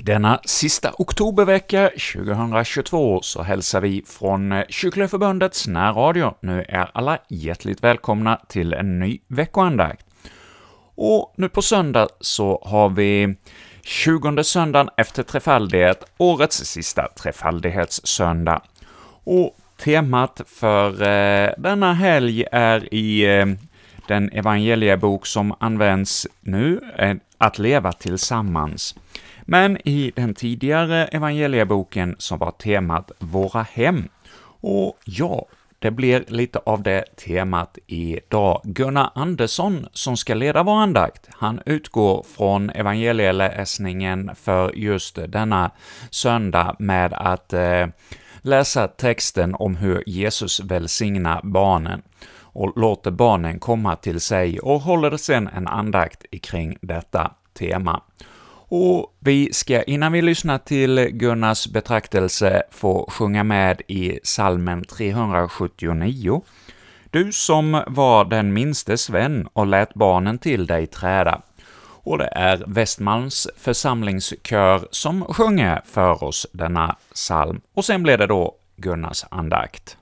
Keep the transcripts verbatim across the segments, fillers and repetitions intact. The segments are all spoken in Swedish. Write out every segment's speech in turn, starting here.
Denna sista oktobervecka tjugohundratjugotvå så hälsar vi från Kyrkoförbundets närradio. Nu är alla hjärtligt välkomna till en ny veckoandakt. Och nu på söndag så har vi tjugonde söndagen efter trefaldighet, årets sista trefaldighetssöndag. Och temat för eh, denna helg är i eh, den evangeliebok som används nu, eh, att leva tillsammans. Men i den tidigare evangelieboken så var temat våra hem. Och ja, det blir lite av det temat idag. Gunnar Andersson som ska leda vår andakt, han utgår från evangelieläsningen för just denna söndag med att eh, läsa texten om hur Jesus välsignar barnen och låter barnen komma till sig och håller sedan en andakt kring detta tema. Och vi ska innan vi lyssnar till Gunnars betraktelse få sjunga med i psalmen trehundrasjuttionio. Du som var den minstes vän och lät barnen till dig träda. Och det är Västmalms församlingskör som sjunger för oss denna psalm. Och sen blir det då Gunnars andakt.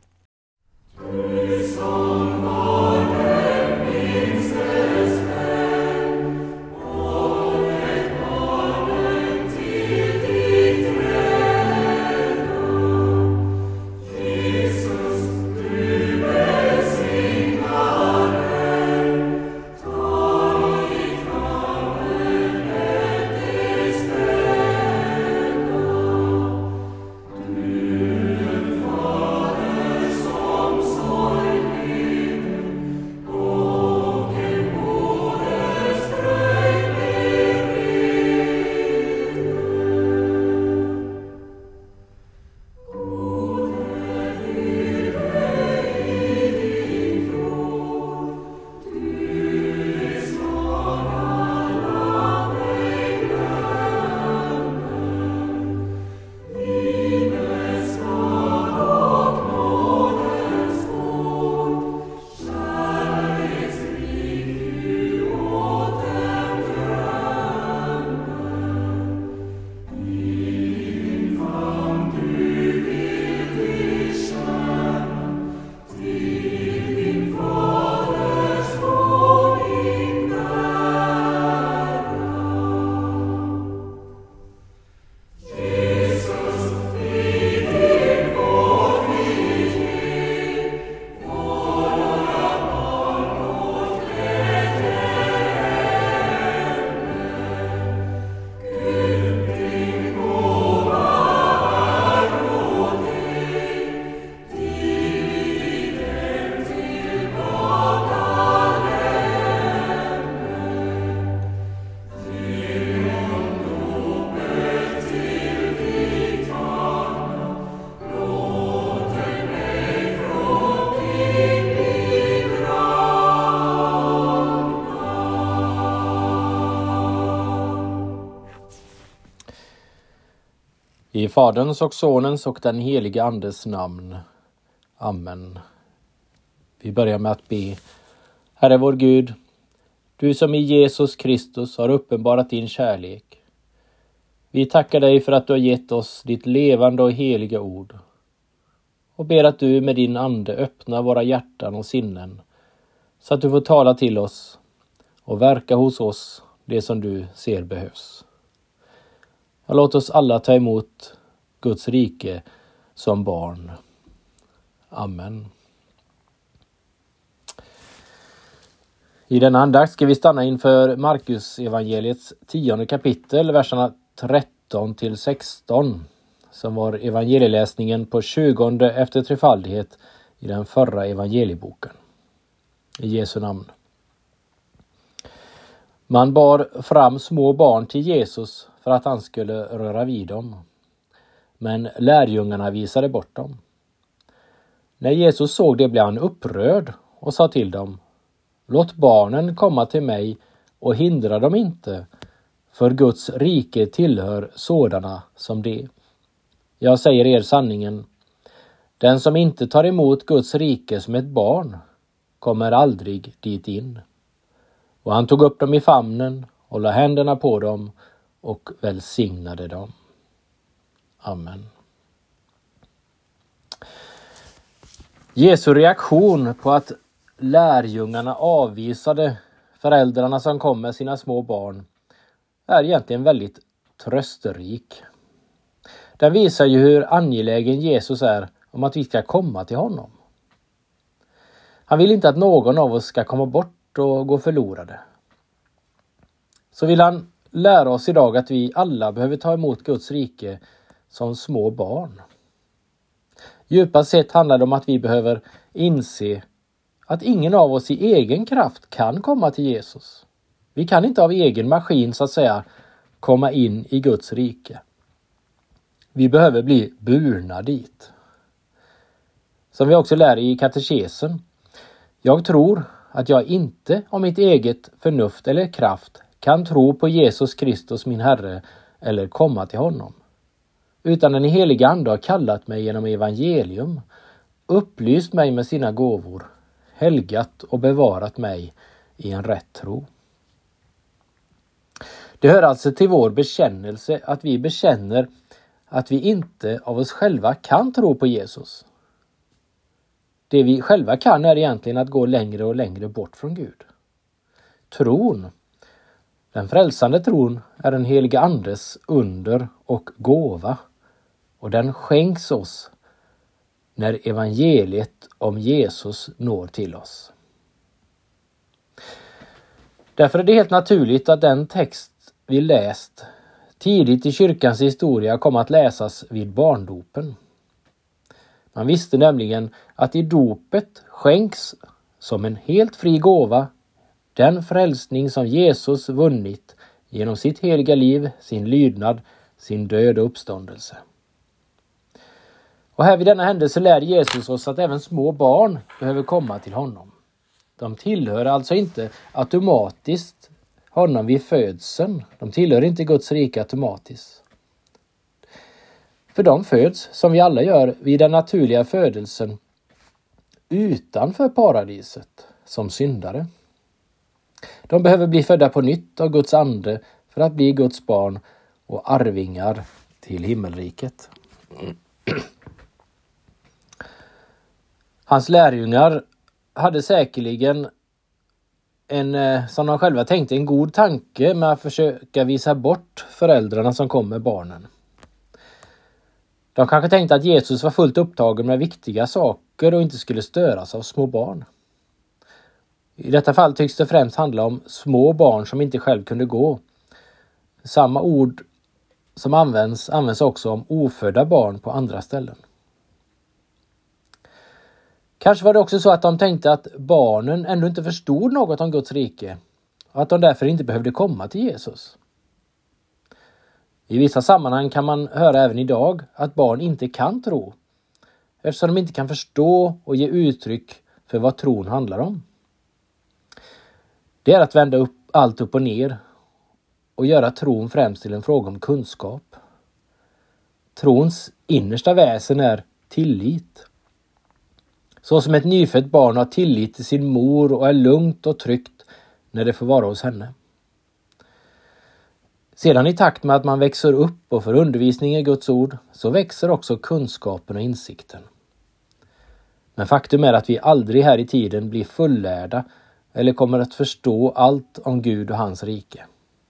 I Faderns och Sonens och den helige Andes namn. Amen. Vi börjar med att be. Herre vår Gud, du som i Jesus Kristus har uppenbarat din kärlek. Vi tackar dig för att du har gett oss ditt levande och heliga ord. Och ber att du med din ande öppnar våra hjärtan och sinnen så att du får tala till oss och verka hos oss det som du ser behövs. Och låt oss alla ta emot Guds rike som barn. Amen. I denna andakt ska vi stanna inför Markus evangeliets tionde kapitel, verserna tretton till sexton, som var evangelieläsningen på tjugonde efter trefaldighet i den förra evangelieboken. I Jesu namn. Man bar fram små barn till Jesus för att han skulle röra vid dem. Men lärjungarna visade bort dem. När Jesus såg det blev han upprörd och sa till dem: Låt barnen komma till mig och hindra dem inte, för Guds rike tillhör sådana som det. Jag säger er sanningen, den som inte tar emot Guds rike som ett barn kommer aldrig dit in. Och han tog upp dem i famnen och la händerna på dem och välsignade dem. Amen. Jesu reaktion på att lärjungarna avvisade föräldrarna som kom med sina små barn är egentligen väldigt trösterik. Den visar ju hur angelägen Jesus är om att vi ska komma till honom. Han vill inte att någon av oss ska komma bort och gå förlorade. Så vill han lära oss idag att vi alla behöver ta emot Guds rike som små barn. Djupast sett handlar det om att vi behöver inse att ingen av oss i egen kraft kan komma till Jesus. Vi kan inte av egen maskin så att säga komma in i Guds rike. Vi behöver bli burna dit. Som vi också lär i katekesen. Jag tror att jag inte av mitt eget förnuft eller kraft kan tro på Jesus Kristus min Herre eller komma till honom. Utan den heliga ande har kallat mig genom evangelium, upplyst mig med sina gåvor, helgat och bevarat mig i en rätt tro. Det hör alltså till vår bekännelse att vi bekänner att vi inte av oss själva kan tro på Jesus. Det vi själva kan är egentligen att gå längre och längre bort från Gud. Tron, den frälsande tron, är den heliga andes under och gåva. Och den skänks oss när evangeliet om Jesus når till oss. Därför är det helt naturligt att den text vi läst tidigt i kyrkans historia kom att läsas vid barndopen. Man visste nämligen att i dopet skänks som en helt fri gåva den frälsning som Jesus vunnit genom sitt heliga liv, sin lydnad, sin död och uppståndelse. Och här vid denna händelse lär Jesus oss att även små barn behöver komma till honom. De tillhör alltså inte automatiskt honom vid födseln. De tillhör inte Guds rike automatiskt. För de föds, som vi alla gör, vid den naturliga födelsen utanför paradiset som syndare. De behöver bli födda på nytt av Guds ande för att bli Guds barn och arvingar till himmelriket. Hans lärjungar hade säkerligen en, som de själva tänkte, en god tanke med att försöka visa bort föräldrarna som kom med barnen. De kanske tänkte att Jesus var fullt upptagen med viktiga saker och inte skulle störas av små barn. I detta fall tycks det främst handla om små barn som inte själv kunde gå. Samma ord som används används också om ofödda barn på andra ställen. Kanske var det också så att de tänkte att barnen ändå inte förstod något om Guds rike och att de därför inte behövde komma till Jesus. I vissa sammanhang kan man höra även idag att barn inte kan tro eftersom de inte kan förstå och ge uttryck för vad tron handlar om. Det är att vända upp allt upp och ner och göra tron främst till en fråga om kunskap. Trons innersta väsen är tillit. Så som ett nyfött barn har tillit till sin mor och är lugnt och tryggt när det får vara hos henne. Sedan i takt med att man växer upp och får undervisning i Guds ord så växer också kunskapen och insikten. Men faktum är att vi aldrig här i tiden blir fullärda eller kommer att förstå allt om Gud och hans rike.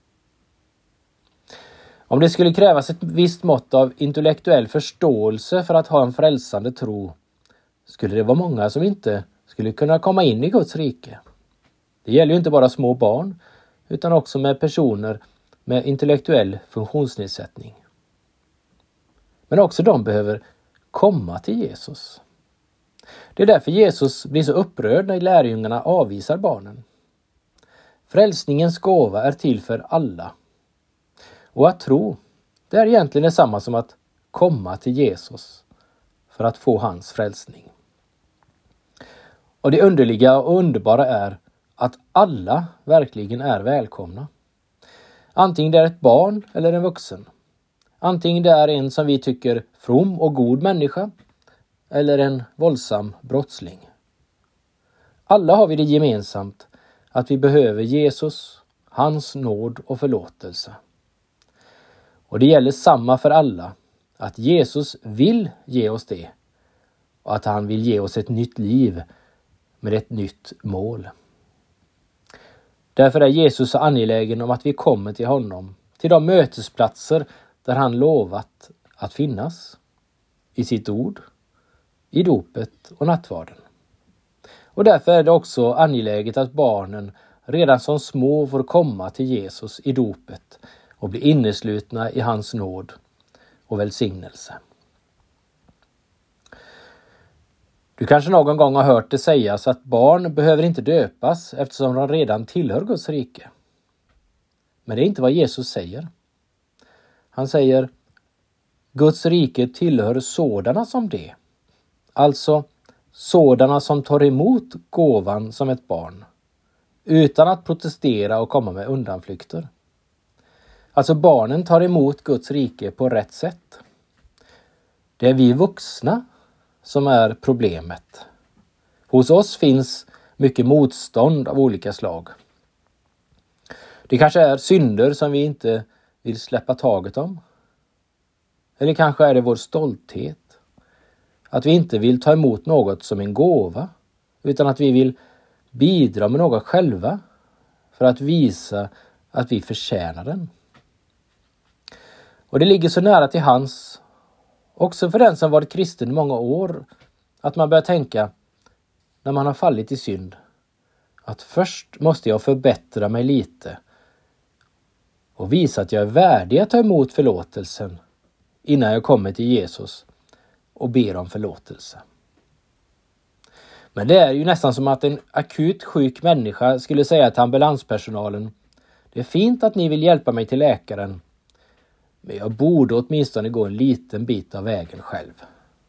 Om det skulle krävas ett visst mått av intellektuell förståelse för att ha en frälsande tro skulle det vara många som inte skulle kunna komma in i Guds rike. Det gäller ju inte bara små barn utan också med personer med intellektuell funktionsnedsättning. Men också de behöver komma till Jesus. Det är därför Jesus blir så upprörd när lärjungarna avvisar barnen. Frälsningens gåva är till för alla. Och att tro, det är egentligen detsamma som att komma till Jesus för att få hans frälsning. Och det underliga och underbara är att alla verkligen är välkomna. Antingen det är ett barn eller en vuxen. Antingen det är en som vi tycker from och god människa eller en våldsam brottsling. Alla har vi det gemensamt att vi behöver Jesus, hans nåd och förlåtelse. Och det gäller samma för alla, att Jesus vill ge oss det och att han vill ge oss ett nytt liv med ett nytt mål. Därför är Jesus så angelägen om att vi kommer till honom, till de mötesplatser där han lovat att finnas, i sitt ord, i dopet och nattvarden. Och därför är det också angeläget att barnen redan som små får komma till Jesus i dopet och bli inneslutna i hans nåd och välsignelse. Du kanske någon gång har hört det sägas att barn behöver inte döpas eftersom de redan tillhör Guds rike. Men det är inte vad Jesus säger. Han säger: Guds rike tillhör sådana som det. Alltså sådana som tar emot gåvan som ett barn, utan att protestera och komma med undanflykter. Alltså barnen tar emot Guds rike på rätt sätt. Det är vi vuxna som är problemet. Hos oss finns mycket motstånd av olika slag. Det kanske är synder som vi inte vill släppa taget om. Eller kanske är det vår stolthet. Att vi inte vill ta emot något som en gåva, utan att vi vill bidra med något själva för att visa att vi förtjänar den. Och det ligger så nära till hands, också för den som varit kristen i många år, att man börjar tänka, när man har fallit i synd, att först måste jag förbättra mig lite och visa att jag är värdig att ta emot förlåtelsen innan jag kommer till Jesus och ber om förlåtelse. Men det är ju nästan som att en akut sjuk människa skulle säga till ambulanspersonalen: det är fint att ni vill hjälpa mig till läkaren, men jag borde åtminstone gå en liten bit av vägen själv.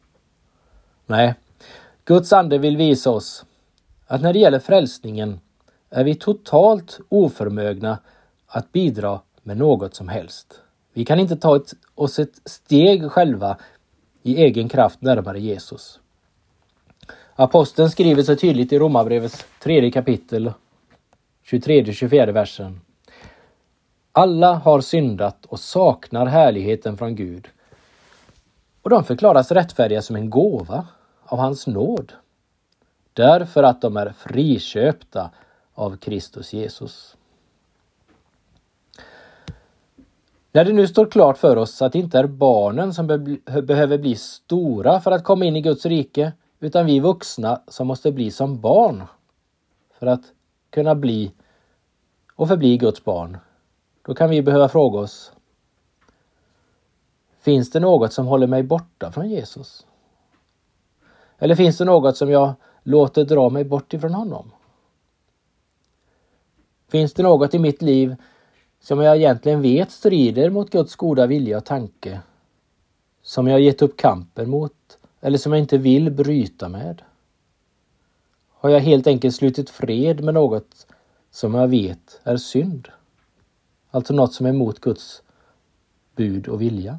Nej, Guds ande vill visa oss att när det gäller frälsningen är vi totalt oförmögna att bidra med något som helst. Vi kan inte ta ett, oss ett steg själva i egen kraft närmare Jesus. Aposteln skriver så tydligt i Romarbrevets tredje kapitel, tjugotredje till tjugofjärde versen. Alla har syndat och saknar härligheten från Gud. Och de förklaras rättfärdiga som en gåva av hans nåd. Därför att de är friköpta av Kristus Jesus. När det nu står klart för oss att det inte är barnen som be- behöver bli stora för att komma in i Guds rike, utan vi vuxna som måste bli som barn för att kunna bli och förbli Guds barn, då kan vi behöva fråga oss: finns det något som håller mig borta från Jesus? Eller finns det något som jag låter dra mig bort ifrån honom? Finns det något i mitt liv som jag egentligen vet strider mot Guds goda vilja och tanke, som jag gett upp kampen mot eller som jag inte vill bryta med? Har jag helt enkelt slutit fred med något som jag vet är synd? Alltså något som är emot Guds bud och vilja.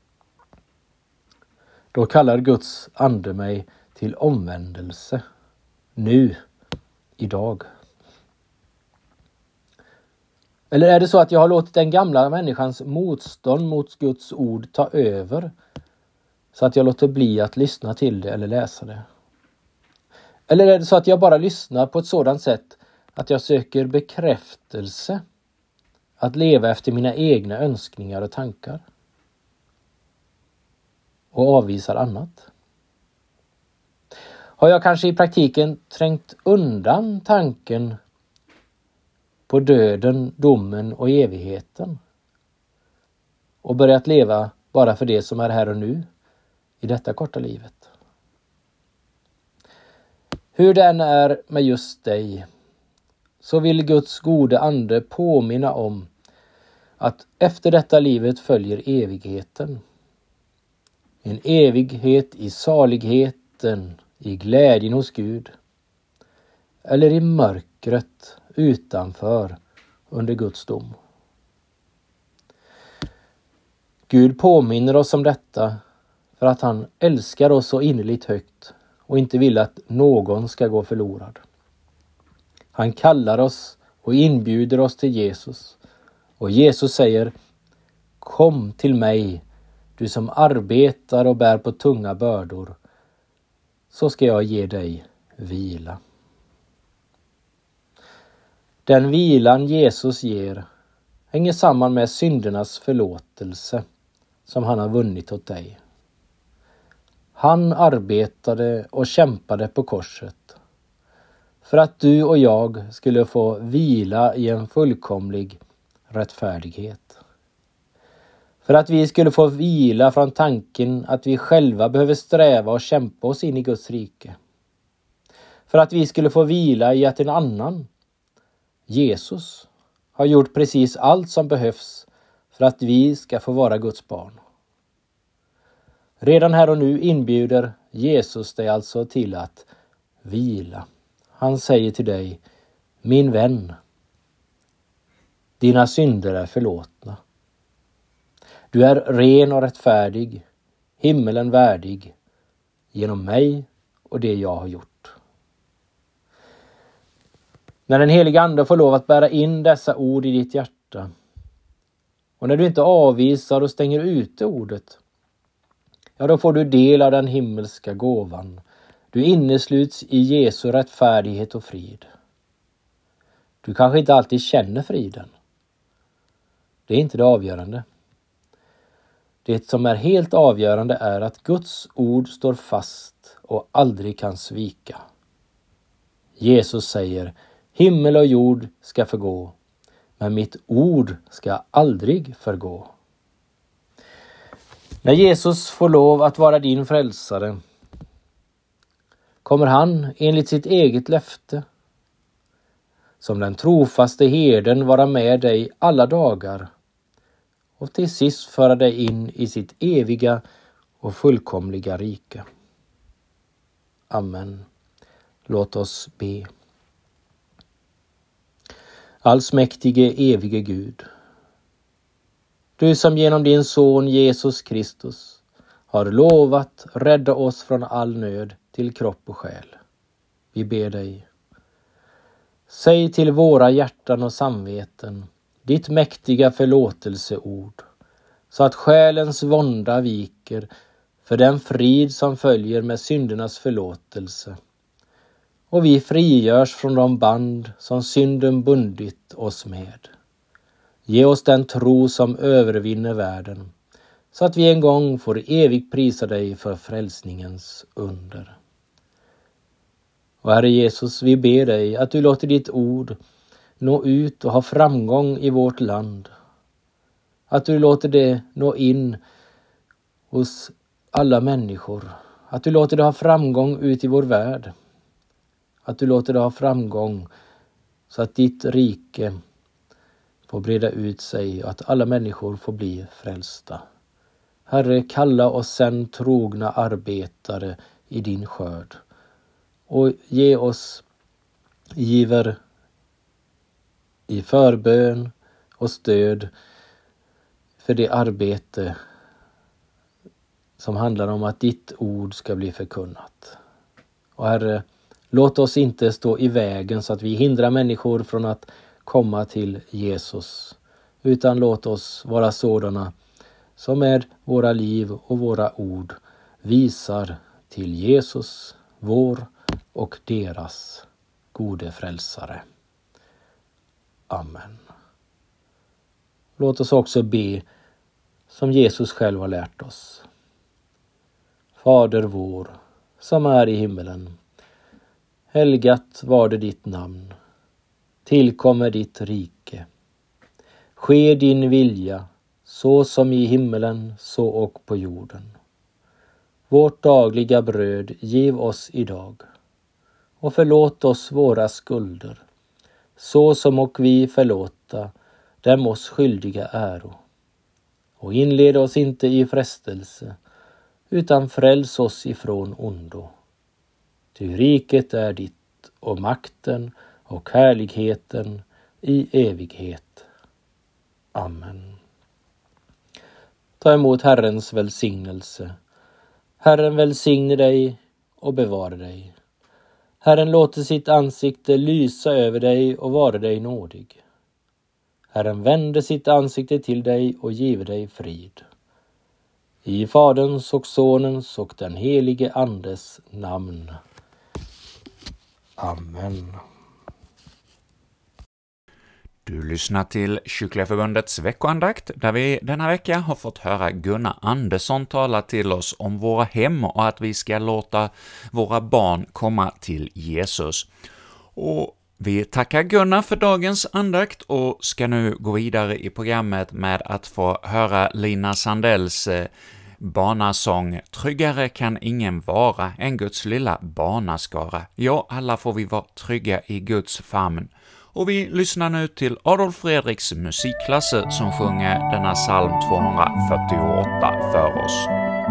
Då kallar Guds ande mig till omvändelse. Nu, idag. Eller är det så att jag har låtit den gamla människans motstånd mot Guds ord ta över, så att jag låter bli att lyssna till det eller läsa det? Eller är det så att jag bara lyssnar på ett sådant sätt att jag söker bekräftelse, att leva efter mina egna önskningar och tankar, och avvisar annat? Har jag kanske i praktiken trängt undan tanken på döden, domen och evigheten och börjat leva bara för det som är här och nu i detta korta livet? Hur den är med just dig, så vill Guds gode ande påminna om att efter detta livet följer evigheten. En evighet i saligheten, i glädjen hos Gud, eller i mörkret utanför under Guds dom. Gud påminner oss om detta för att han älskar oss så innerligt högt och inte vill att någon ska gå förlorad. Han kallar oss och inbjuder oss till Jesus. Och Jesus säger: kom till mig, du som arbetar och bär på tunga bördor, så ska jag ge dig vila. Den vilan Jesus ger hänger samman med syndernas förlåtelse som han har vunnit åt dig. Han arbetade och kämpade på korset för att du och jag skulle få vila i en fullkomlig rättfärdighet. För att vi skulle få vila från tanken att vi själva behöver sträva och kämpa oss in i Guds rike. För att vi skulle få vila i att en annan, Jesus, har gjort precis allt som behövs för att vi ska få vara Guds barn. Redan här och nu inbjuder Jesus dig alltså till att vila. Han säger till dig, min vän, dina synder är förlåtna. Du är ren och rättfärdig, himmelen värdig, genom mig och det jag har gjort. När den heliga ande får lov att bära in dessa ord i ditt hjärta, och när du inte avvisar och stänger ute ordet, ja, då får du del av den himmelska gåvan. Du innesluts i Jesu rättfärdighet och frid. Du kanske inte alltid känner friden. Det är inte det avgörande. Det som är helt avgörande är att Guds ord står fast och aldrig kan svika. Jesus säger, himmel och jord ska förgå, men mitt ord ska aldrig förgå. När Jesus får lov att vara din frälsare, kommer han enligt sitt eget löfte som den trofaste herden vara med dig alla dagar och till sist föra dig in i sitt eviga och fullkomliga rike. Amen. Låt oss be. Allsmäktige evige Gud, du som genom din son Jesus Kristus har lovat rädda oss från all nöd till kropp och själ. Vi ber dig, säg till våra hjärtan och samveten ditt mäktiga förlåtelseord, så att själens vånda viker för den frid som följer med syndernas förlåtelse, och vi frigörs från de band som synden bundit oss med. Ge oss den tro som övervinner världen, så att vi en gång får evigt prisa dig för frälsningens under. Och Herre Jesus, vi ber dig att du låter ditt ord nå ut och ha framgång i vårt land. Att du låter det nå in hos alla människor. Att du låter det ha framgång ut i vår värld. Att du låter det ha framgång så att ditt rike får breda ut sig och att alla människor får bli frälsta. Herre, kalla oss sen trogna arbetare i din skörd och ge oss giver i förbön och stöd för det arbete som handlar om att ditt ord ska bli förkunnat. Och Herre, låt oss inte stå i vägen så att vi hindrar människor från att komma till Jesus, utan låt oss vara sådana som med våra liv och våra ord visar till Jesus, vår och deras gode frälsare. Amen. Låt oss också be som Jesus själv har lärt oss. Fader vår, som är i himmelen. Helgat var det ditt namn. Tillkommer ditt rike. Ske din vilja, så som i himmelen, så och på jorden. Vårt dagliga bröd giv oss idag. Och förlåt oss våra skulder, så som och vi förlåta dem oss skyldiga äro. Och inled oss inte i frestelse, utan fräls oss ifrån ondo. Ty riket är ditt och makten och härligheten i evighet. Amen. Ta emot Herrens välsignelse. Herren välsigne dig och bevara dig. Herren låter sitt ansikte lysa över dig och vara dig nådig. Herren vänder sitt ansikte till dig och giver dig frid. I Faderns och Sonens och den helige Andes namn. Amen. Du lyssnar till Kyrkliga Förbundets veckoandakt, där vi denna vecka har fått höra Gunnar Andersson tala till oss om våra hem och att vi ska låta våra barn komma till Jesus. Och vi tackar Gunnar för dagens andakt och ska nu gå vidare i programmet med att få höra Lina Sandells eh, barnasång ”Tryggare kan ingen vara än Guds lilla barnaskara”. Ja, alla får vi vara trygga i Guds famn. Och vi lyssnar nu till Adolf Fredriks musikklasser som sjunger denna psalm tvåhundrafyrtioåtta för oss.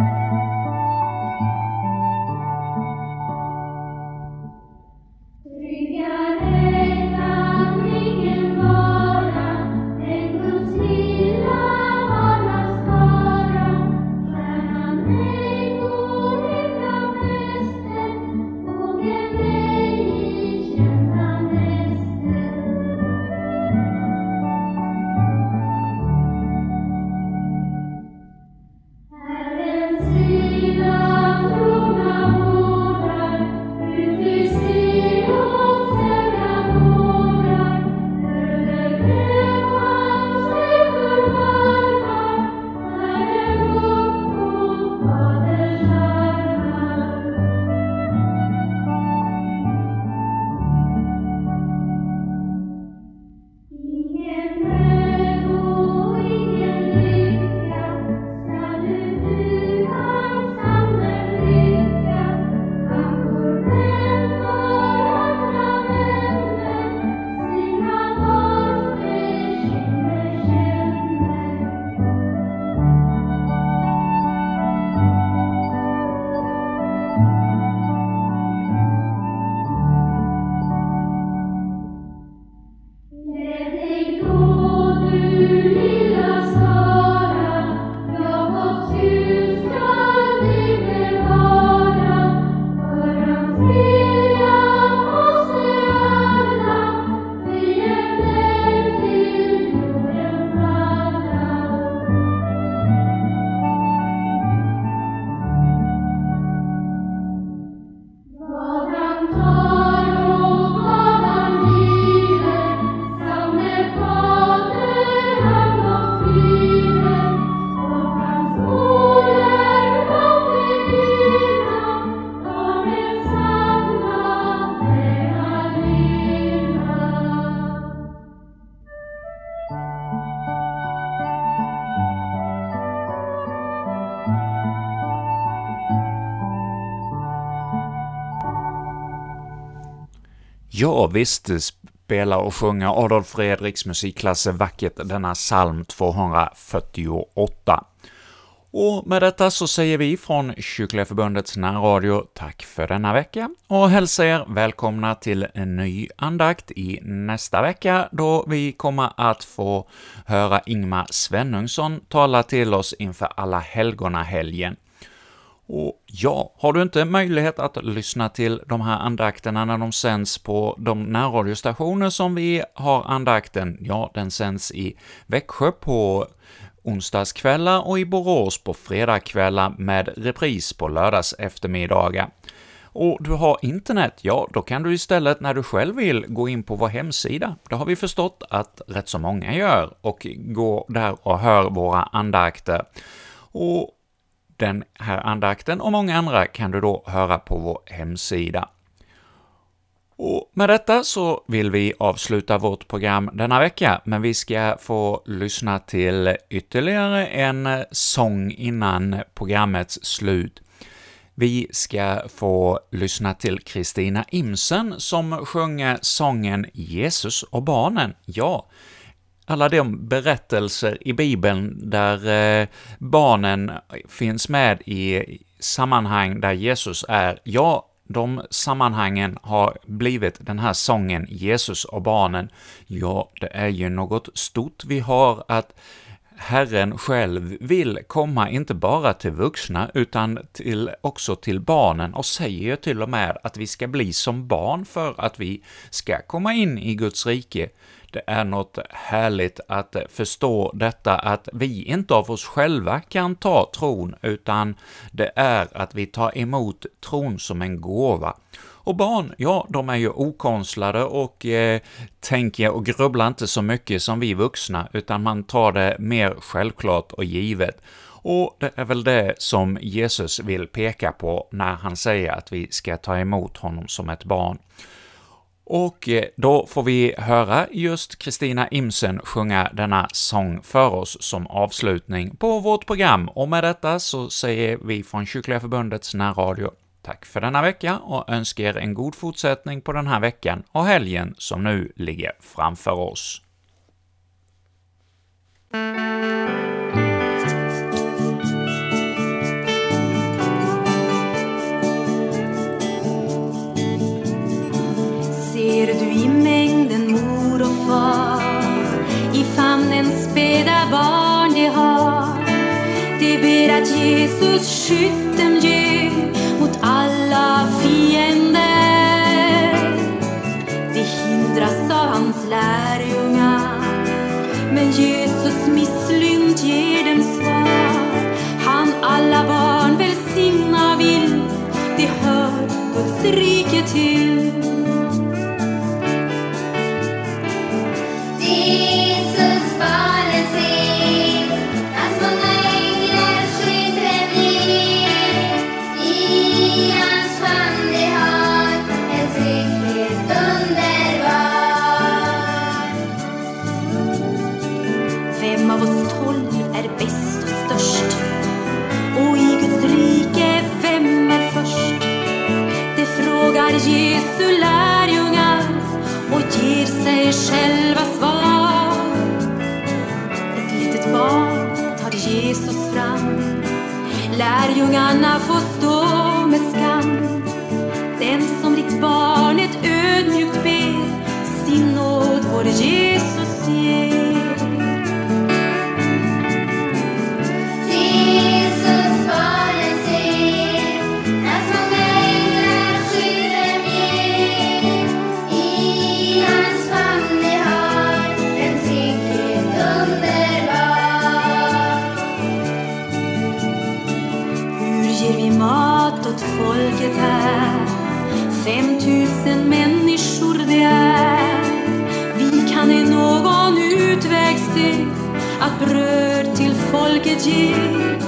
Ja, visst spela och sjunga Adolf Fredriks musikklasser vackert denna psalm tvåhundrafyrtioåtta. Och med detta så säger vi från Kyrkliga Förbundets närradio tack för denna vecka och hälsar er välkomna till en ny andakt i nästa vecka, då vi kommer att få höra Ingmar Svenungsson tala till oss inför alla helgonahelgen. Och ja, har du inte möjlighet att lyssna till de här andakterna när de sänds på de närradiostationer som vi har andakten, ja, den sänds i Växjö på onsdagskvällar och i Borås på fredagskvällar med repris på lördags eftermiddagar. Och du har internet, ja, då kan du istället när du själv vill gå in på vår hemsida. Det har vi förstått att rätt så många gör, och gå där och hör våra andakter. Och den här andakten och många andra kan du då höra på vår hemsida. Och med detta så vill vi avsluta vårt program denna vecka, men vi ska få lyssna till ytterligare en sång innan programmets slut. Vi ska få lyssna till Kristina Imsen som sjunger sången Jesus och barnen. Ja, alla de berättelser i Bibeln där eh, barnen finns med i sammanhang där Jesus är, ja, de sammanhangen har blivit den här sången Jesus och barnen. Ja, det är ju något stort vi har, att Herren själv vill komma inte bara till vuxna utan till, också till barnen, och säger till och med att vi ska bli som barn för att vi ska komma in i Guds rike. Det är något härligt att förstå detta, att vi inte av oss själva kan ta tron, utan det är att vi tar emot tron som en gåva. Och barn, ja, de är ju okonstlade och eh, tänker och grubblar inte så mycket som vi vuxna, utan man tar det mer självklart och givet. Och det är väl det som Jesus vill peka på när han säger att vi ska ta emot honom som ett barn. Och då får vi höra just Kristina Imsen sjunga denna sång för oss som avslutning på vårt program. Och med detta så säger vi från Kyrkliga Förbundets närradio tack för denna vecka och önskar er en god fortsättning på den här veckan och helgen som nu ligger framför oss. Ser du i mängden mor och far, i famnen späda barn de har, de ber att Jesus skydd dem ge mot alla fiender. De hindras av hans lärjungar, men Jesus misslynt ger dem svar. Han alla barn välsigna vill, de hör Guds rike till. Jesu lärjungar och ger sig själva svar. Ett litet barn tar Jesus fram, lärjungarna får stå med skam. Den som ditt barnet ödmjukt ber, sin nåd vår Jesus ger. Folket här, fem tusen människor det är. Vi kan i någon utväg se att bröd till folket ger.